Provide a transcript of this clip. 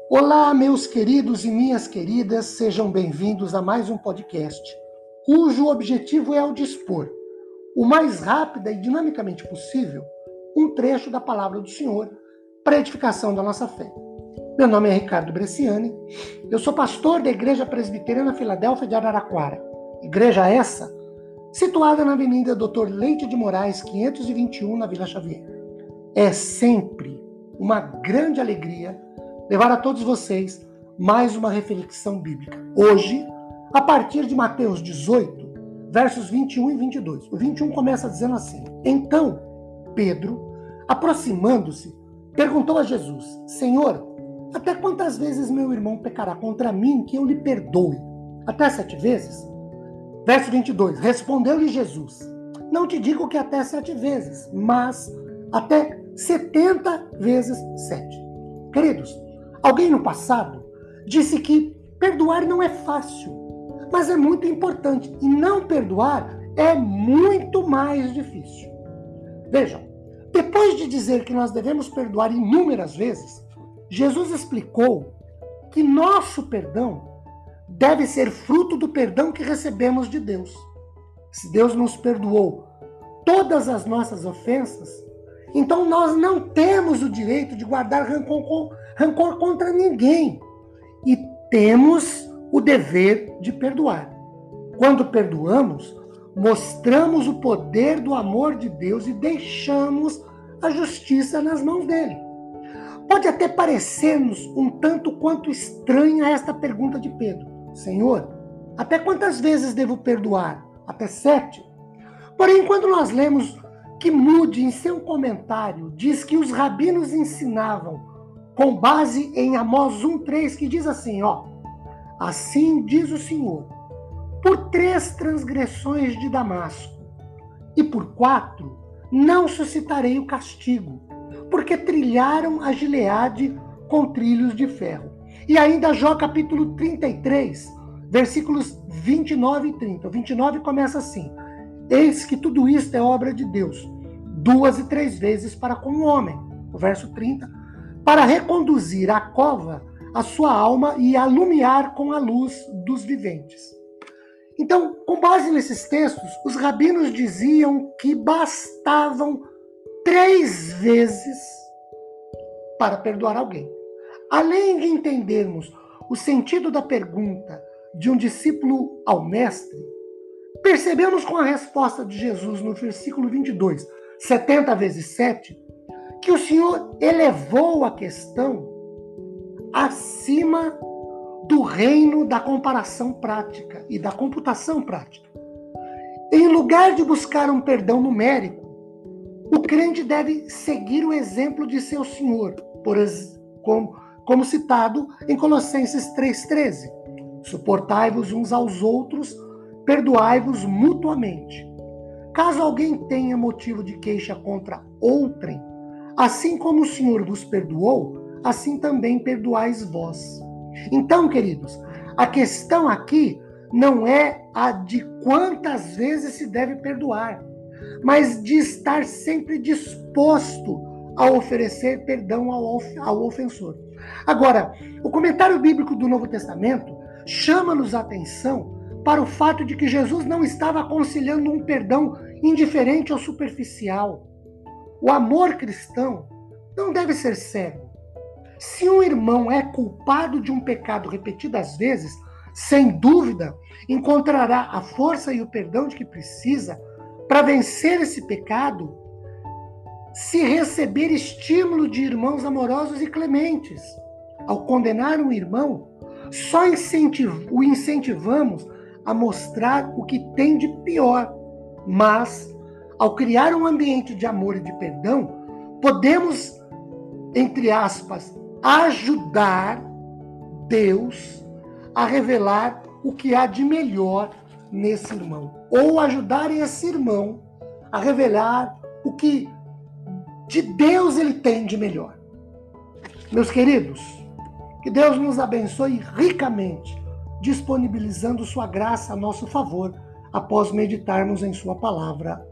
Olá, meus queridos e minhas queridas, sejam bem-vindos a mais um podcast, cujo objetivo é o de expor, o mais rápida e dinamicamente possível, um trecho da palavra do Senhor para a edificação da nossa fé. Meu nome é Ricardo Bresciani, eu sou pastor da Igreja Presbiteriana Filadélfia de Araraquara, igreja essa situada na Avenida Dr. Leite de Moraes, 521, na Vila Xavier. É sempre uma grande alegria levar a todos vocês mais uma reflexão bíblica. Hoje, a partir de Mateus 18, versos 21 e 22. O 21 começa dizendo assim: Então, Pedro, aproximando-se, perguntou a Jesus: Senhor, até quantas vezes meu irmão pecará contra mim que eu lhe perdoe? Até 7 vezes? Verso 22. Respondeu-lhe Jesus: Não te digo que até 7 vezes, mas até 70 vezes 7. Queridos, alguém no passado disse que perdoar não é fácil, mas é muito importante. E não perdoar é muito mais difícil. Vejam, depois de dizer que nós devemos perdoar inúmeras vezes, Jesus explicou que nosso perdão deve ser fruto do perdão que recebemos de Deus. Se Deus nos perdoou todas as nossas ofensas, então nós não temos o direito de guardar rancor contra ninguém. E temos o dever de perdoar. Quando perdoamos, mostramos o poder do amor de Deus e deixamos a justiça nas mãos dele. Pode até parecer-nos um tanto quanto estranha esta pergunta de Pedro. Senhor, até quantas vezes devo perdoar? Até 7? Porém, quando nós lemos que Moody, em seu comentário, diz que os rabinos ensinavam com base em Amós 1:3, que diz assim, assim diz o Senhor, por 3 transgressões de Damasco, e por 4 não suscitarei o castigo, porque trilharam a Gileade com trilhos de ferro. E ainda Jó capítulo 33, versículos 29 e 30. O 29 começa assim: Eis que tudo isto é obra de Deus, 2 e 3 vezes para com o homem. O verso 30, para reconduzir à cova a sua alma e alumiar com a luz dos viventes. Então, com base nesses textos, os rabinos diziam que bastavam 3 vezes para perdoar alguém. Além de entendermos o sentido da pergunta de um discípulo ao mestre, percebemos com a resposta de Jesus no versículo 22, 70 vezes 7, que o Senhor elevou a questão acima do reino da comparação prática e da computação prática. Em lugar de buscar um perdão numérico, o crente deve seguir o exemplo de seu Senhor, como citado em Colossenses 3,13. Suportai-vos uns aos outros, perdoai-vos mutuamente. Caso alguém tenha motivo de queixa contra outrem, assim como o Senhor vos perdoou, assim também perdoais vós. Então, queridos, a questão aqui não é a de quantas vezes se deve perdoar, mas de estar sempre disposto a oferecer perdão ao ofensor. Agora, o comentário bíblico do Novo Testamento chama-nos a atenção para o fato de que Jesus não estava aconselhando um perdão indiferente ou superficial. O amor cristão não deve ser cego. Se um irmão é culpado de um pecado repetidas vezes, sem dúvida, encontrará a força e o perdão de que precisa para vencer esse pecado, se receber estímulo de irmãos amorosos e clementes. Ao condenar um irmão, só o incentivamos a mostrar o que tem de pior. Mas, ao criar um ambiente de amor e de perdão, podemos, entre aspas, ajudar Deus a revelar o que há de melhor nesse irmão. Ou ajudar esse irmão a revelar o que de Deus ele tem de melhor. Meus queridos, que Deus nos abençoe ricamente, disponibilizando sua graça a nosso favor, após meditarmos em sua palavra.